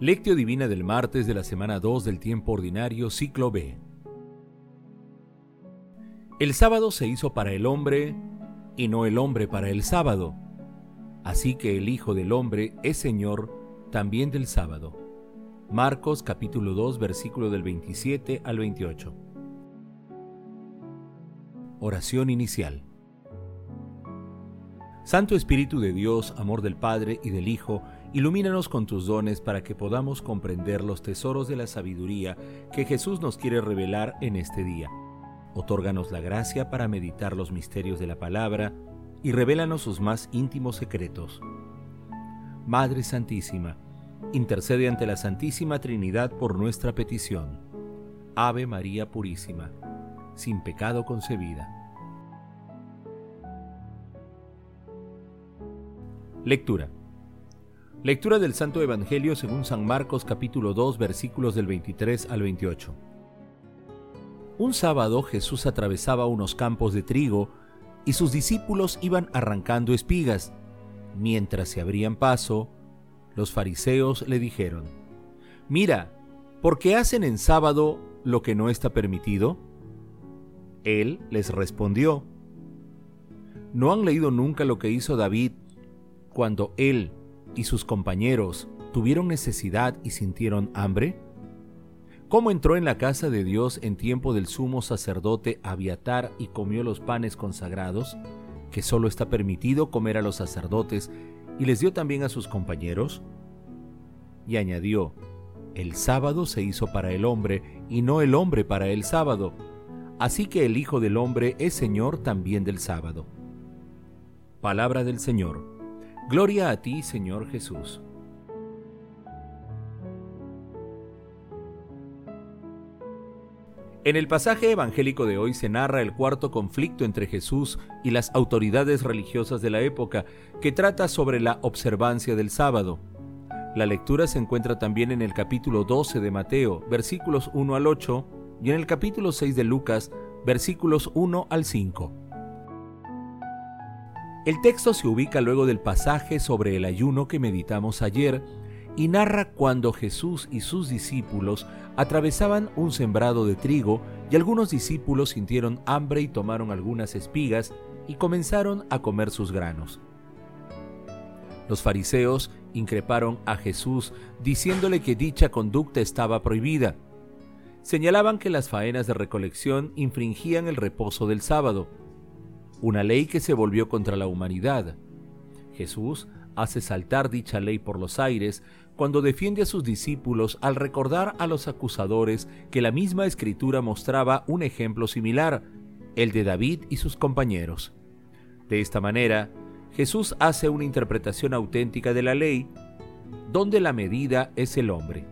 Lectio Divina del martes de la semana 2 del tiempo ordinario, ciclo B. El sábado se hizo para el hombre y no el hombre para el sábado. Así que el Hijo del Hombre es Señor también del sábado. Marcos capítulo 2, versículo del 27 al 28. Oración inicial. Santo Espíritu de Dios, amor del Padre y del Hijo, ilumínanos con tus dones para que podamos comprender los tesoros de la sabiduría que Jesús nos quiere revelar en este día. Otórganos la gracia para meditar los misterios de la palabra y revélanos sus más íntimos secretos. Madre Santísima, intercede ante la Santísima Trinidad por nuestra petición. Ave María Purísima, sin pecado concebida. Lectura. Lectura del Santo Evangelio según San Marcos capítulo 2 versículos del 23 al 28. Un sábado Jesús atravesaba unos campos de trigo y sus discípulos iban arrancando espigas. Mientras se abrían paso, los fariseos le dijeron: «Mira, ¿por qué hacen en sábado lo que no está permitido?» Él les respondió: ¿No han leído nunca lo que hizo David cuando él y sus compañeros tuvieron necesidad y sintieron hambre? ¿Cómo entró en la casa de Dios en tiempo del sumo sacerdote Abiatar y comió los panes consagrados, que solo está permitido comer a los sacerdotes, y les dio también a sus compañeros? Y añadió: el sábado se hizo para el hombre y no el hombre para el sábado. Así que el Hijo del Hombre es Señor también del sábado. Palabra del Señor. Gloria a ti, Señor Jesús. En el pasaje evangélico de hoy se narra el cuarto conflicto entre Jesús y las autoridades religiosas de la época, que trata sobre la observancia del sábado. La lectura se encuentra también en el capítulo 12 de Mateo, versículos 1 al 8, y en el capítulo 6 de Lucas, versículos 1 al 5. El texto se ubica luego del pasaje sobre el ayuno que meditamos ayer y narra cuando Jesús y sus discípulos atravesaban un sembrado de trigo y algunos discípulos sintieron hambre y tomaron algunas espigas y comenzaron a comer sus granos. Los fariseos increparon a Jesús diciéndole que dicha conducta estaba prohibida. Señalaban que las faenas de recolección infringían el reposo del sábado, una ley que se volvió contra la humanidad. Jesús hace saltar dicha ley por los aires cuando defiende a sus discípulos al recordar a los acusadores que la misma Escritura mostraba un ejemplo similar, el de David y sus compañeros. De esta manera, Jesús hace una interpretación auténtica de la ley, donde la medida es el hombre.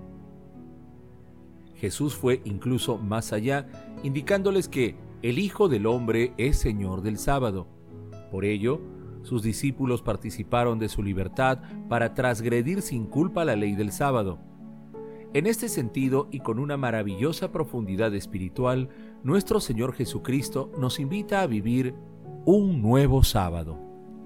Jesús fue incluso más allá, indicándoles que el Hijo del Hombre es Señor del sábado. Por ello, sus discípulos participaron de su libertad para transgredir sin culpa la ley del sábado. En este sentido, y con una maravillosa profundidad espiritual, nuestro Señor Jesucristo nos invita a vivir un nuevo sábado.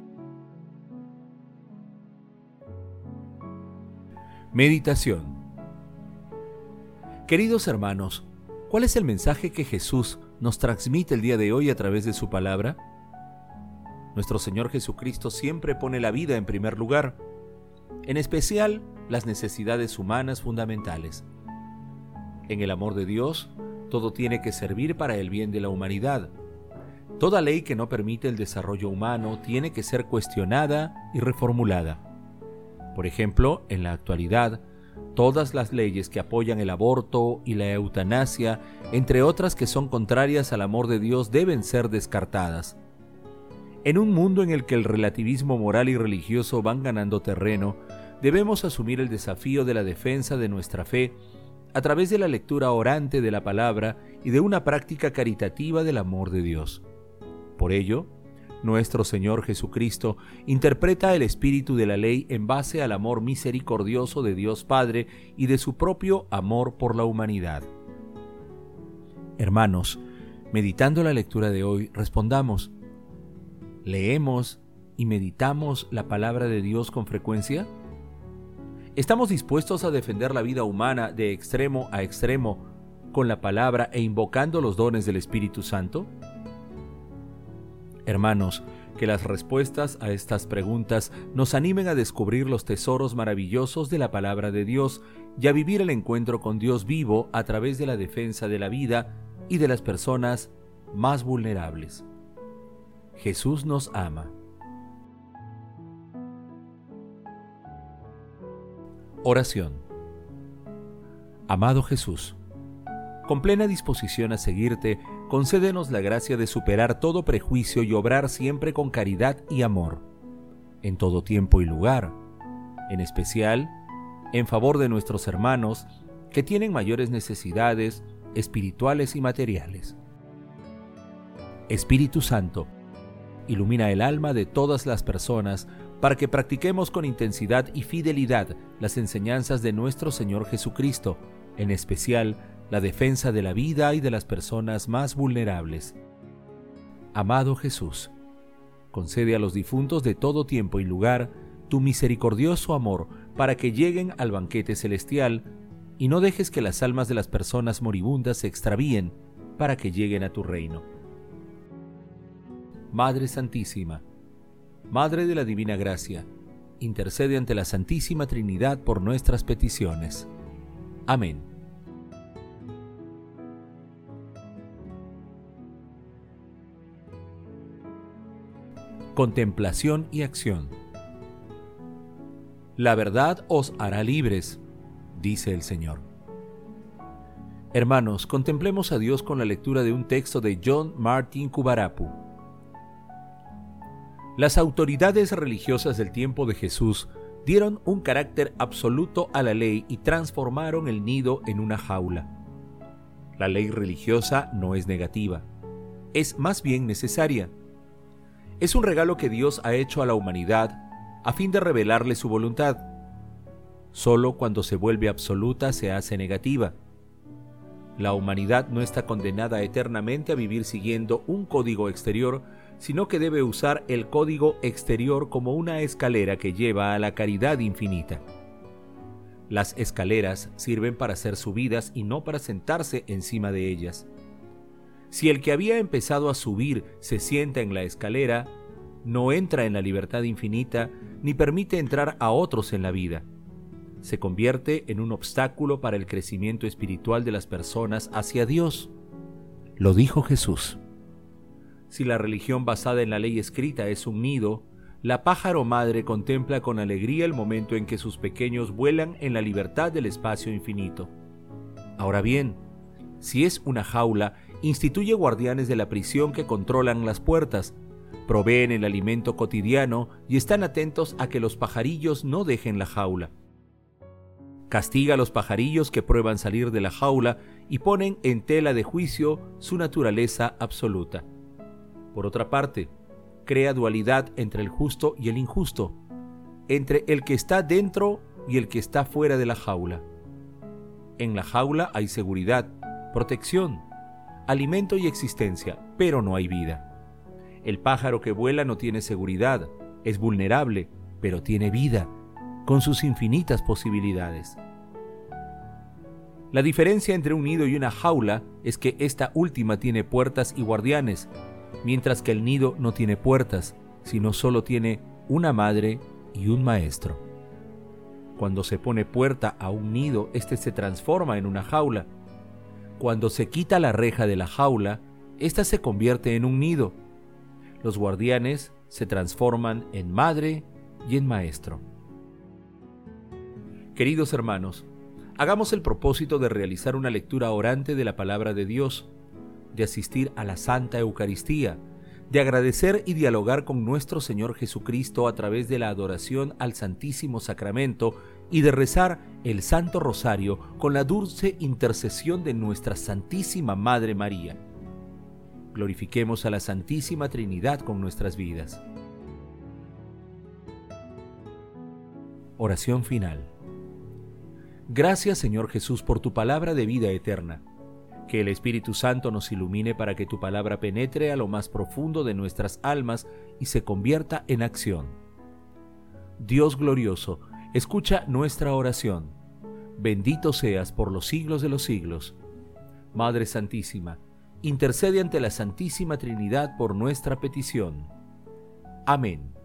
Meditación. Queridos hermanos, ¿cuál es el mensaje que Jesús nos transmite el día de hoy a través de su palabra? Nuestro Señor Jesucristo siempre pone la vida en primer lugar, en especial las necesidades humanas fundamentales. En el amor de Dios, todo tiene que servir para el bien de la humanidad. Toda ley que no permite el desarrollo humano tiene que ser cuestionada y reformulada. Por ejemplo, en la actualidad, todas las leyes que apoyan el aborto y la eutanasia, entre otras que son contrarias al amor de Dios, deben ser descartadas. En un mundo en el que el relativismo moral y religioso van ganando terreno, debemos asumir el desafío de la defensa de nuestra fe a través de la lectura orante de la palabra y de una práctica caritativa del amor de Dios. Por ello, nuestro Señor Jesucristo interpreta el espíritu de la ley en base al amor misericordioso de Dios Padre y de su propio amor por la humanidad. Hermanos, meditando la lectura de hoy, respondamos: ¿leemos y meditamos la palabra de Dios con frecuencia? ¿Estamos dispuestos a defender la vida humana de extremo a extremo con la palabra e invocando los dones del Espíritu Santo? Hermanos, que las respuestas a estas preguntas nos animen a descubrir los tesoros maravillosos de la palabra de Dios y a vivir el encuentro con Dios vivo a través de la defensa de la vida y de las personas más vulnerables. Jesús nos ama. Oración. Amado Jesús, con plena disposición a seguirte, concédenos la gracia de superar todo prejuicio y obrar siempre con caridad y amor, en todo tiempo y lugar, en especial en favor de nuestros hermanos que tienen mayores necesidades espirituales y materiales. Espíritu Santo, ilumina el alma de todas las personas para que practiquemos con intensidad y fidelidad las enseñanzas de nuestro Señor Jesucristo, en especial la defensa de la vida y de las personas más vulnerables. Amado Jesús, concede a los difuntos de todo tiempo y lugar tu misericordioso amor para que lleguen al banquete celestial y no dejes que las almas de las personas moribundas se extravíen para que lleguen a tu reino. Madre Santísima, Madre de la Divina Gracia, intercede ante la Santísima Trinidad por nuestras peticiones. Amén. Contemplación y acción. La verdad os hará libres, dice el Señor. Hermanos, contemplemos a Dios con la lectura de un texto de John Martin Kubarapu. Las autoridades religiosas del tiempo de Jesús dieron un carácter absoluto a la ley y transformaron el nido en una jaula. La ley religiosa no es negativa, es más bien necesaria. Es un regalo que Dios ha hecho a la humanidad a fin de revelarle su voluntad. Solo cuando se vuelve absoluta se hace negativa. La humanidad no está condenada eternamente a vivir siguiendo un código exterior, sino que debe usar el código exterior como una escalera que lleva a la caridad infinita. Las escaleras sirven para ser subidas y no para sentarse encima de ellas. Si el que había empezado a subir se sienta en la escalera, no entra en la libertad infinita ni permite entrar a otros en la vida. Se convierte en un obstáculo para el crecimiento espiritual de las personas hacia Dios. Lo dijo Jesús. Si la religión basada en la ley escrita es un nido, la pájaro madre contempla con alegría el momento en que sus pequeños vuelan en la libertad del espacio infinito. Ahora bien, si es una jaula, instituye guardianes de la prisión que controlan las puertas, proveen el alimento cotidiano y están atentos a que los pajarillos no dejen la jaula. Castiga a los pajarillos que prueban salir de la jaula y ponen en tela de juicio su naturaleza absoluta. Por otra parte, crea dualidad entre el justo y el injusto, entre el que está dentro y el que está fuera de la jaula. En la jaula hay seguridad, protección, alimento y existencia, pero no hay vida. El pájaro que vuela no tiene seguridad, es vulnerable, pero tiene vida, con sus infinitas posibilidades. La diferencia entre un nido y una jaula es que esta última tiene puertas y guardianes, mientras que el nido no tiene puertas, sino solo tiene una madre y un maestro. Cuando se pone puerta a un nido, este se transforma en una jaula. Cuando se quita la reja de la jaula, esta se convierte en un nido. Los guardianes se transforman en madre y en maestro. Queridos hermanos, hagamos el propósito de realizar una lectura orante de la palabra de Dios, de asistir a la Santa Eucaristía, de agradecer y dialogar con nuestro Señor Jesucristo a través de la adoración al Santísimo Sacramento y de rezar el Santo Rosario con la dulce intercesión de nuestra Santísima Madre María. Glorifiquemos a la Santísima Trinidad con nuestras vidas. Oración final. Gracias, Señor Jesús, por tu palabra de vida eterna. Que el Espíritu Santo nos ilumine para que tu palabra penetre a lo más profundo de nuestras almas y se convierta en acción. Dios glorioso, escucha nuestra oración. Bendito seas por los siglos de los siglos. Madre Santísima, intercede ante la Santísima Trinidad por nuestra petición. Amén.